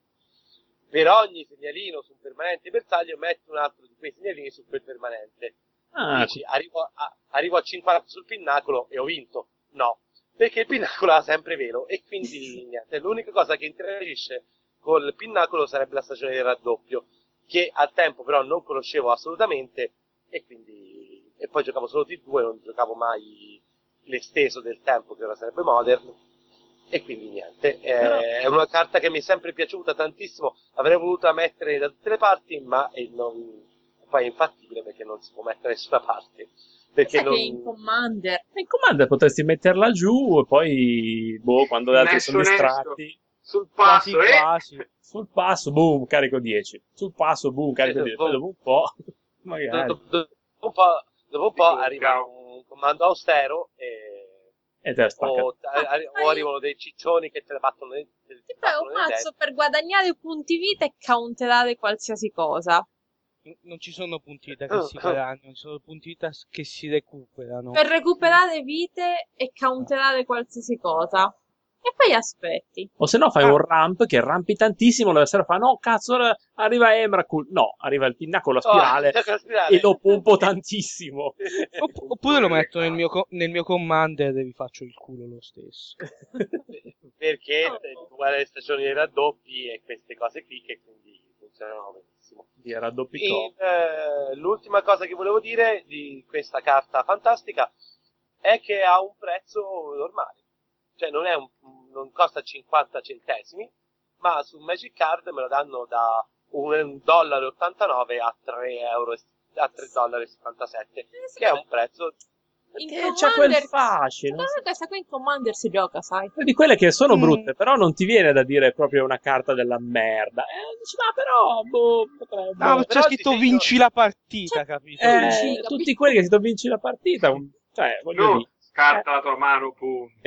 Per ogni segnalino su un permanente bersaglio metti un altro di quei segnalini su quel permanente. Ah, Dici, arrivo a, arrivo a cinquanta sul pinnacolo e ho vinto. No, perché il pinnacolo ha sempre velo e quindi niente. L'unica cosa che interagisce col pinnacolo sarebbe la stagione del raddoppio, che al tempo però non conoscevo assolutamente e quindi e poi giocavo solo T due, non giocavo mai l'esteso del tempo, che ora sarebbe Modern. E quindi niente, è, Però- è una carta che mi è sempre piaciuta tantissimo, avrei voluto mettere da tutte le parti, ma è non, poi è infattibile perché non si può mettere da nessuna parte. Perché Sai non... che in Commander in Commander potresti metterla giù e poi, boh, quando le altre Nesso, sono nesso. distratti, Sul Quasi passo, eh? quasi. sul passo, boom, carico dieci. Sul passo, boom, carico Sì, dieci. boh. Poi dopo un po', magari, dopo, dopo un po', dopo un po' Sì, arriva bravo. un comando austero e... e te la spacca. o, arri- o arrivano dei ciccioni che te le battono nei, te le ti fai battono un nei mazzo denti. per guadagnare punti vita e counterare qualsiasi cosa. N- Non ci sono punti vita che si guadagnano, ci sono punti vita s- che si recuperano. Per recuperare vite e counterare qualsiasi cosa. E poi aspetti. O se no fai Ah. un ramp che rampi tantissimo, l'avversario fa no cazzo ora arriva Emrakul, no, arriva il pinnacolo a spirale Oh, la spirale. e lo pompo tantissimo. Opp- oppure lo metto nel mio, co- nel mio commander e vi faccio il culo lo stesso. Perché Oh. tu guardi le stagioni dei raddoppi e queste cose qui che quindi funzionano benissimo. Di raddoppi E, eh, l'ultima cosa che volevo dire di questa carta fantastica è che ha un prezzo normale, cioè non, è un, non costa cinquanta centesimi, ma su Magic Card me lo danno da un dollaro e ottantanove a tre euro e- a tre dollari e settantasette, che è un prezzo In Perché c'è quel Commander- fascino. Secondo me questa qui in Commander si gioca, sai? Di quelle che sono Mm. brutte, però non ti viene da dire proprio una carta della merda. Eh, dici, ma però, boh, potrebbe... No, ma c'è Però scritto ti- vinci la partita, capito? Eh, vinci, capito? tutti quelli che si tu vinci la partita, un- cioè, voglio No, dire. scarta la tua mano, punto.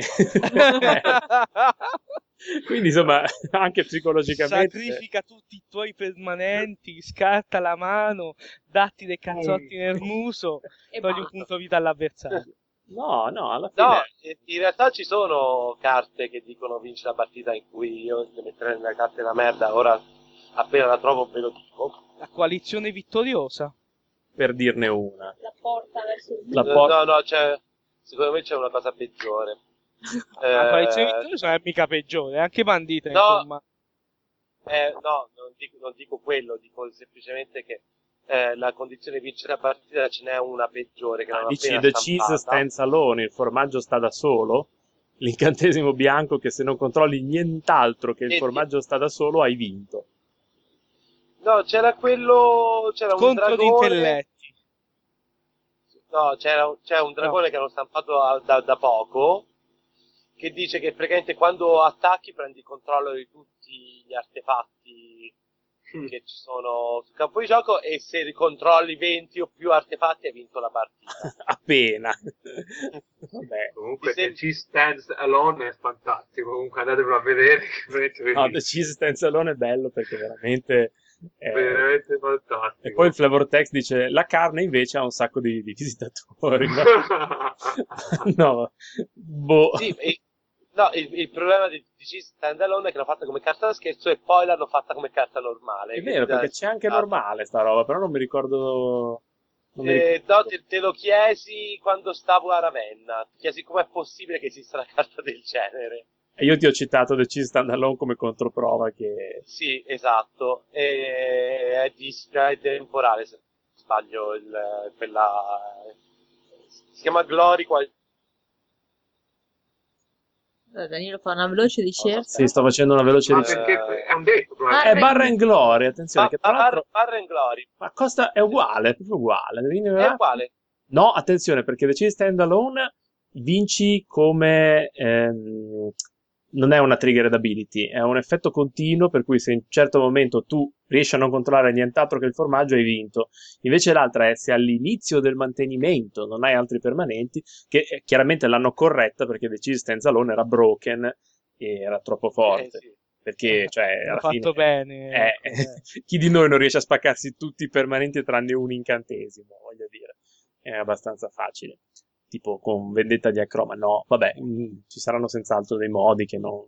Quindi, insomma, anche psicologicamente... Sacrifica tutti i tuoi permanenti, scarta la mano, datti dei cazzotti nel muso, E togli un basta. punto vita all'avversario. No, no, alla fine... No, eh, in realtà ci sono carte che dicono vinci la partita in cui io le metterei nella carta della merda, ora appena la trovo ve lo dico. La coalizione vittoriosa. Per dirne una. La porta verso il La No, por- no, no, c'è, secondo me c'è una cosa peggiore. La coalizione Eh, vittoriosa non è mica peggiore, è anche bandita. No. Insomma. eh, no, non dico, non dico quello, dico semplicemente che eh, la condizione di vincere la partita ce n'è una peggiore che non ho Dici appena the cheese stampata. stands alone, il formaggio sta da solo? L'incantesimo bianco che se non controlli nient'altro che il E- formaggio sta da solo hai vinto. No, c'era quello, c'era un Contro di dragone. intelletti. No, c'era un, c'è un dragone che hanno stampato a- da, da poco, che dice che praticamente quando attacchi prendi controllo di tutti gli artefatti che ci sono sul campo di gioco e se ricontrolli venti o più artefatti hai vinto la partita. Appena. Vabbè. Comunque, Mi sem- The Cheese Stands Alone è fantastico. Comunque, andatevelo a vedere. Che è veramente No, The bellissimo. Cheese stands alone è bello perché veramente... è- Veramente fantastico. E poi il flavor text dice la carne invece ha un sacco di, di visitatori. No, boh. Sì, e- no, il, il problema di D C Standalone è che l'hanno fatta come carta da scherzo e poi l'hanno fatta come carta normale. È vero, perché c'è anche normale sta roba, però non mi ricordo... Non mi Eh, ricordo. no, te, te lo chiesi quando stavo a Ravenna. Ti chiesi com'è possibile che esista una carta del genere. E io ti ho citato The Cheese Stand Alone come controprova che... Sì, esatto. E, è di ispirazione temporale, se non sbaglio, il, quella... Si chiama Glory qual... Allora, Danilo fa una veloce ricerca. Sì, sto facendo una veloce Ma ricerca. perché è un detto, Ah, proprio. È Barra and Glory, attenzione, che tra Bar- l'altro... Barra and Glory. Ma costa... è uguale, è proprio uguale. Devi- È uguale. No, attenzione, perché The Cheese Stand Alone vinci come... ehm, non è una triggered ability, è un effetto continuo per cui se in un certo momento tu riesci a non controllare nient'altro che il formaggio hai vinto. Invece l'altra è se all'inizio del mantenimento non hai altri permanenti, che eh, chiaramente l'hanno corretta perché The Cheese Stands Alone era broken e era troppo forte. Eh, sì. Perché, cioè, L'ha alla fatto fine... bene. Eh, ecco, eh. chi di noi non riesce a spaccarsi tutti i permanenti tranne un incantesimo, voglio dire. È abbastanza facile. Tipo con Vendetta di Acroma. No, vabbè, mh, ci saranno senz'altro dei modi che non...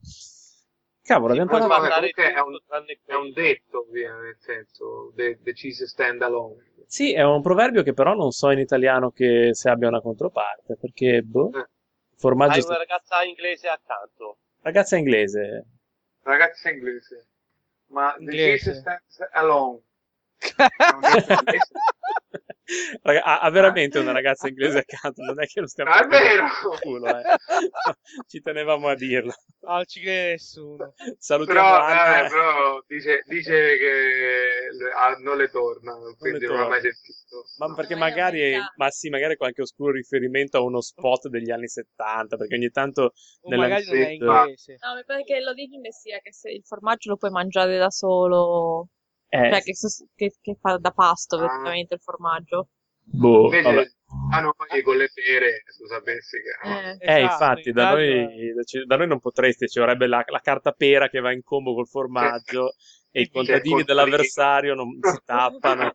Cavolo, Sì, abbiamo puoi parlato... mandare comunque è tutto un- tranne È un quello. detto, via, nel senso, The, the Cheese Stand Alone. Sì, è un proverbio che però non so in italiano che se abbia una controparte, perché, boh, Eh. formaggio... Hai sta- una ragazza inglese accanto. Ragazza inglese. Ragazza inglese. Ma The Inglese. Cheese Stands Alone. È un detto inglese. Raga- ha, ha veramente una ragazza inglese accanto, non è che lo stiamo No, è prendendo vero! per il culo, eh. Ci tenevamo a dirlo. Ah, non ci crede nessuno. Salutiamo Però, Anna. eh, però dice, dice che le- ah, non le torna, quindi le non l'ho mai torna. sentito. Ma No, perché non è magari, americano. ma sì, magari qualche oscuro riferimento a uno spot degli anni settanta, perché ogni tanto O nella- magari non è sì, ma- inglese. No, mi pare che l'origine sia che se il formaggio lo puoi mangiare da solo, eh, cioè che, sos- che- che fa da pasto Ah. praticamente il formaggio. boh, vabbè. Invece, ah no, poi con le pere, tu sapessi che... no. Eh. Eh, Esatto, infatti, in da Italia- noi, da noi non potresti, ci vorrebbe la, la carta pera che va in combo col formaggio e i C'è contadini il dell'avversario non si tappano.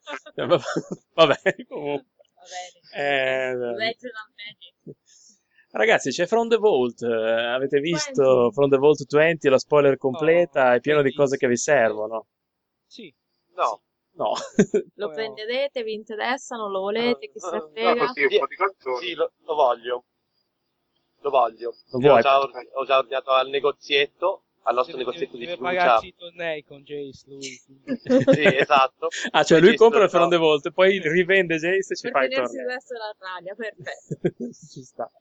Vabbè, comunque. Va bene. Eh, Regional Magic. Ragazzi, c'è From the Vault, eh, avete visto venti. From the Vault venti, la spoiler completa, Oh, è pieno di cose che vi bellissimo. servono. Sì. No. No. Lo No. prenderete, vi interessa, non lo volete, chi se ne No, frega? così un po' di canzoni. Sì, lo, lo voglio. Lo voglio. Lo Io vuoi? Ho, già, or- ho già ordinato al negozietto, al nostro Deve, negozietto di deve fiducia. pagarsi i tornei con Jace, lui. Sì, esatto. Ah, cioè Poi lui ci compra il sto- From the Vault e poi rivende Jace e ci Per fa il tenersi il torneo. resto dell'Australia, perfetto. Ci sta.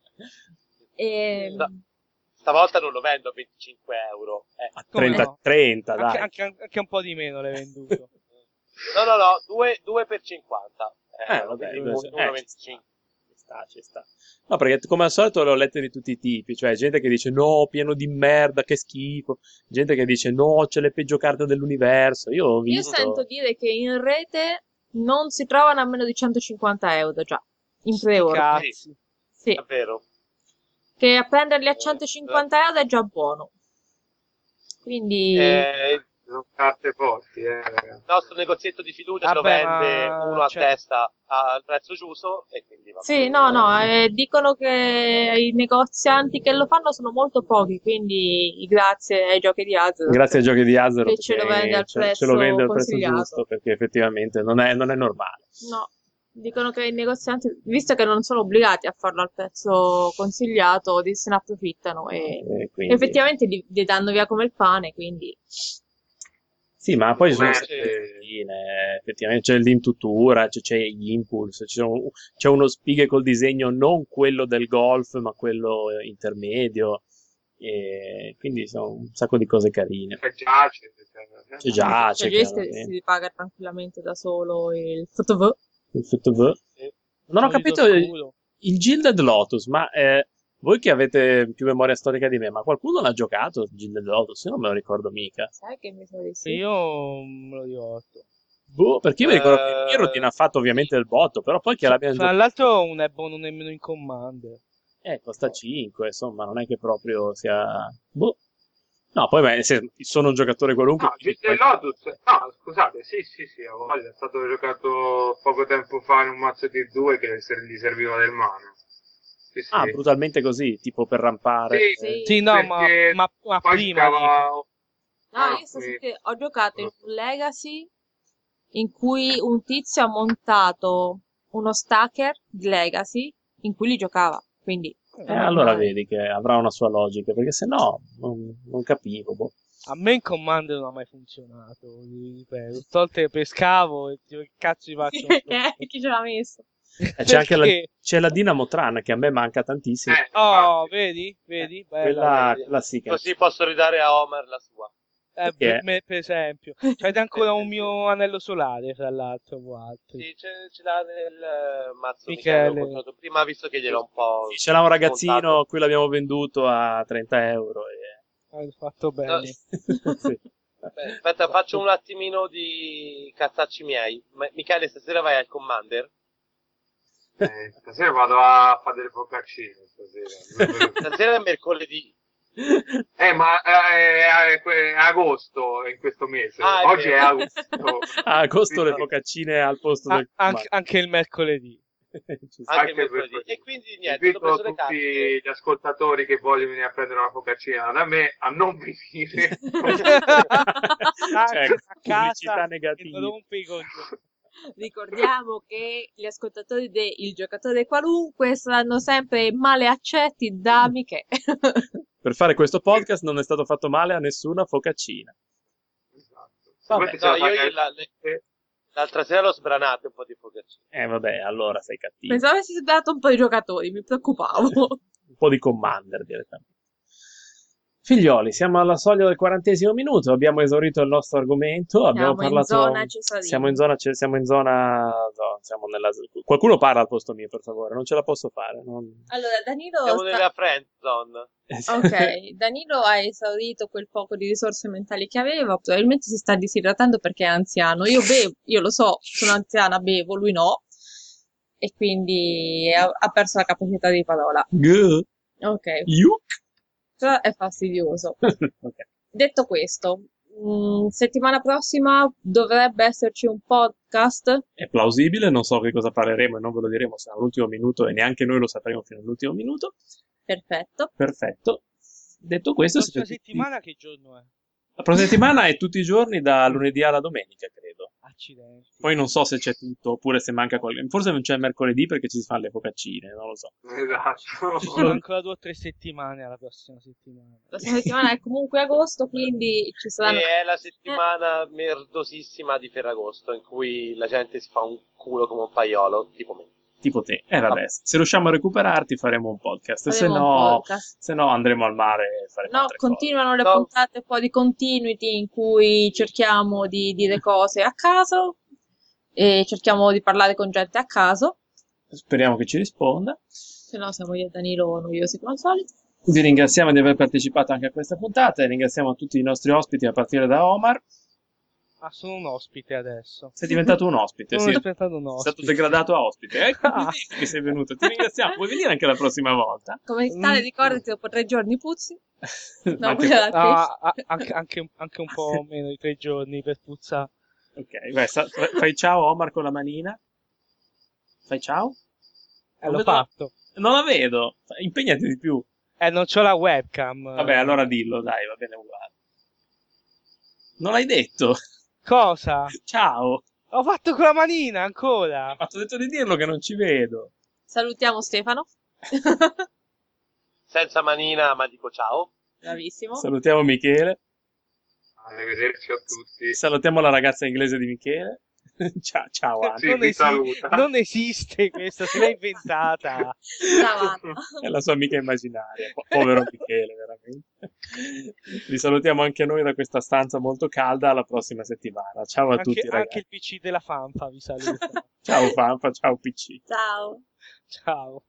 E... No. Stavolta non lo vendo a venticinque euro. Eh. A Come trenta, no? trenta, Anche, dai. anche, anche un po' di meno l'hai venduto. No, no, no, due per cinquanta. Eh, vabbè, quindi invece- uno eh, venticinque. sta, ci sta. No, perché come al solito l'ho letto di tutti i tipi, cioè gente che dice no, pieno di merda, che schifo, gente che dice no, c'è le peggio carte dell'universo. Io ho Io visto... sento dire che in rete non si trovano a meno di centocinquanta euro già, in tre ore. Cazzi. Sì, È vero. che a prenderli a centocinquanta euro è già buono. Quindi... Eh, Sono carte forti, eh, ragazzi. il nostro negozietto di fiducia lo Vabbè, vende ma- uno a cioè- testa al prezzo giusto e quindi va Sì, bene. no, no, eh, dicono che i negozianti che lo fanno sono molto pochi, quindi grazie ai giochi di Hazard. Grazie ai giochi di Hazard Che ce lo vende al ce, ce lo vende al prezzo prezzo giusto, perché effettivamente non è, non è normale. No, dicono che i negozianti, visto che non sono obbligati a farlo al prezzo consigliato, di- se ne approfittano e E quindi- effettivamente li, li danno via come il pane, quindi... Sì, ma poi ci sono Beh, sempre sì. le cartine, effettivamente c'è l'Intutura, c'è, c'è gli Impulse, ci sono- c'è uno spighe col disegno non quello del golf, ma quello eh, intermedio, e quindi sono un sacco di cose carine. C'è giace, c'è- C'è già, Cioè, c'è già si, chiaramente si paga tranquillamente da solo il F T V. il F T V. Sì. Non ho Solito capito il, scudo. il Gilded Lotus, ma eh, voi che avete più memoria storica di me, ma qualcuno l'ha giocato il Gilded Lotus? Io non me lo ricordo mica. Sai che mi sa di sì. Io me lo ricordo. Boh, perché io mi ricordo che Eh, Mirrodin ha fatto ovviamente il botto, però poi che l'abbiamo Fra giocato... l'altro non è buono nemmeno in Commander. Eh, costa cinque, insomma, non è che proprio sia... Boh. No, poi beh, se sono un giocatore qualunque... No, Gil del Lotus, no, scusate, sì, sì, sì, ho voglia, è stato giocato poco tempo fa in un mazzo di due che se- gli serviva del mana. Sì, sì. Ah, brutalmente così, tipo per rampare. Sì, eh. Sì, no, ma, Perché ma, ma poi prima dico. giocava... No, Ah, io sto sì. senti- ho giocato in un Legacy in cui un tizio ha montato uno stacker di Legacy in cui li giocava, quindi... Eh, allora vedi che avrà una sua logica, perché se no non, non capivo. Boh. A me in Commander non ha mai funzionato, vi ripeto. Tolte che pescavo e dico, che cazzo ci faccio? Eh, chi ce l'ha messo? Eh, c'è anche la, Perché? c'è la Dinamo Tran che a me manca tantissimo. Eh, Oh, infatti. vedi? Vedi? Bella, quella, vedi. quella sì che... Così posso ridare a Homer la sua. Eh, Perché? per, me, per esempio. C'è ancora un mio anello solare, fra l'altro, o altri. Sì, ce, ce l'ha nel eh, mazzo Michele. Michele. L'ho comprato prima, visto che gliel'ho un po'... Sì, c'era un ragazzino scontato. a cui l'abbiamo venduto a trenta euro. E... Hai fatto bene. No. Sì. Beh, aspetta, faccio un attimino di cazzacci miei. Ma- Michele, stasera vai al Commander? Eh, stasera vado a fare delle focaccine, stasera. Stasera è mercoledì. Eh, ma eh, è, è agosto in questo mese. Ah, è Oggi è vero. agosto. A agosto le Sì, focaccine al posto Ah, del... anche, anche il mercoledì. Ci sta. Anche Anche mercoledì. mercoledì. E quindi niente, ho Invito preso le tutti carte. gli ascoltatori che vogliono venire a prendere una focaccina da me a non venire. Ah, Cioè, a pubblicità casa negativa. e rompi i coglioni. Ricordiamo che gli ascoltatori del Il Giocatore Qualunque saranno sempre male accetti da Michele. Per fare questo podcast non è stato fatto male a nessuna focaccina. Esatto. Vabbè, Poi se No, la io paga- la- le- l'altra sera l'ho sbranato un po' di focaccine. Eh vabbè, allora sei cattivo. Pensavo avessi dato un po' di giocatori, mi preoccupavo. Un po' di Commander direttamente. Figlioli, siamo alla soglia del quarantesimo minuto, abbiamo esaurito il nostro argomento, abbiamo Siamo in parlato... zona Cesarini. Siamo in zona... ce- Siamo in zona... no, siamo nella... Qualcuno parla al posto mio, per favore, non ce la posso fare. non- Allora, Danilo Siamo sta- nella friend zone. Ok, Danilo ha esaurito quel poco di risorse mentali che aveva, probabilmente si sta disidratando perché è anziano. Io bevo, io lo so, sono anziana, bevo, lui no, e quindi ha, ha perso la capacità di parola. Gah. Ok, Yuk. ciò è fastidioso. Ok. Detto questo, mh, settimana prossima dovrebbe esserci un podcast. È plausibile, non so che cosa parleremo e non ve lo diremo se all'ultimo minuto e neanche noi lo sapremo fino all'ultimo minuto. Perfetto. Perfetto. Detto questo, La siete prossima tutti- settimana che giorno è? la prossima settimana è tutti i giorni da lunedì alla domenica, credo. Accidenti. Poi non so se c'è tutto oppure se manca qualcosa. Forse non c'è mercoledì perché ci si fanno le focaccine, non lo so. Esatto. Ci sono ancora due o tre settimane alla prossima settimana. La prossima settimana è comunque agosto, quindi ci saranno... E è la settimana merdosissima di Ferragosto in cui la gente si fa un culo come un paiolo, tipo me. Tipo te. Eh vabbè, se riusciamo a recuperarti faremo un podcast, se Faremo un no, podcast. se no andremo al mare e faremo No, altre cose. continuano le No. puntate un po' di continuity in cui cerchiamo di dire cose a caso e cerchiamo di parlare con gente a caso Speriamo che ci risponda. Se no siamo io e Danilo noiosi come al solito. Vi ringraziamo di aver partecipato anche a questa puntata e ringraziamo tutti i nostri ospiti a partire da Omar. Ah, sono un ospite adesso. Sei diventato un ospite, Sono sì. diventato un Sei ospite. stato degradato a ospite. Ecco che sei venuto. Ti ringraziamo. Puoi venire anche la prossima volta? Come tale, Mm. ricordati, dopo tre giorni puzzi. No, Ma quella te- la pesce. Ah, ah, anche, anche, anche un po' meno di tre giorni per puzza. Ok, vai, sa- fai ciao Omar con la manina. Fai ciao? Eh, Non l'ho vedo la- fatto. Non la vedo. Impegnati di più. Eh, non c'ho la webcam. Vabbè, allora dillo, dai, va bene uguale. Non l'hai detto. Cosa? Ciao. Ho fatto con la manina ancora. Ma ti ho detto di dirlo che non ci vedo. Salutiamo Stefano. Senza manina, ma dico ciao. Bravissimo. Salutiamo Michele. Arrivederci a tutti. Salutiamo la ragazza inglese di Michele. ciao, ciao Anna. Sì, non, vi esi- saluta. non esiste questa, se l'hai inventata. Ciao Anna. È la sua amica immaginaria. Po- Povero Michele, veramente. Vi salutiamo anche noi da questa stanza molto calda. Alla prossima settimana. Ciao a Anche, tutti, anche ragazzi. il P C della Fanfa vi saluta. Ciao Fanfa, ciao P C. Ciao. Ciao.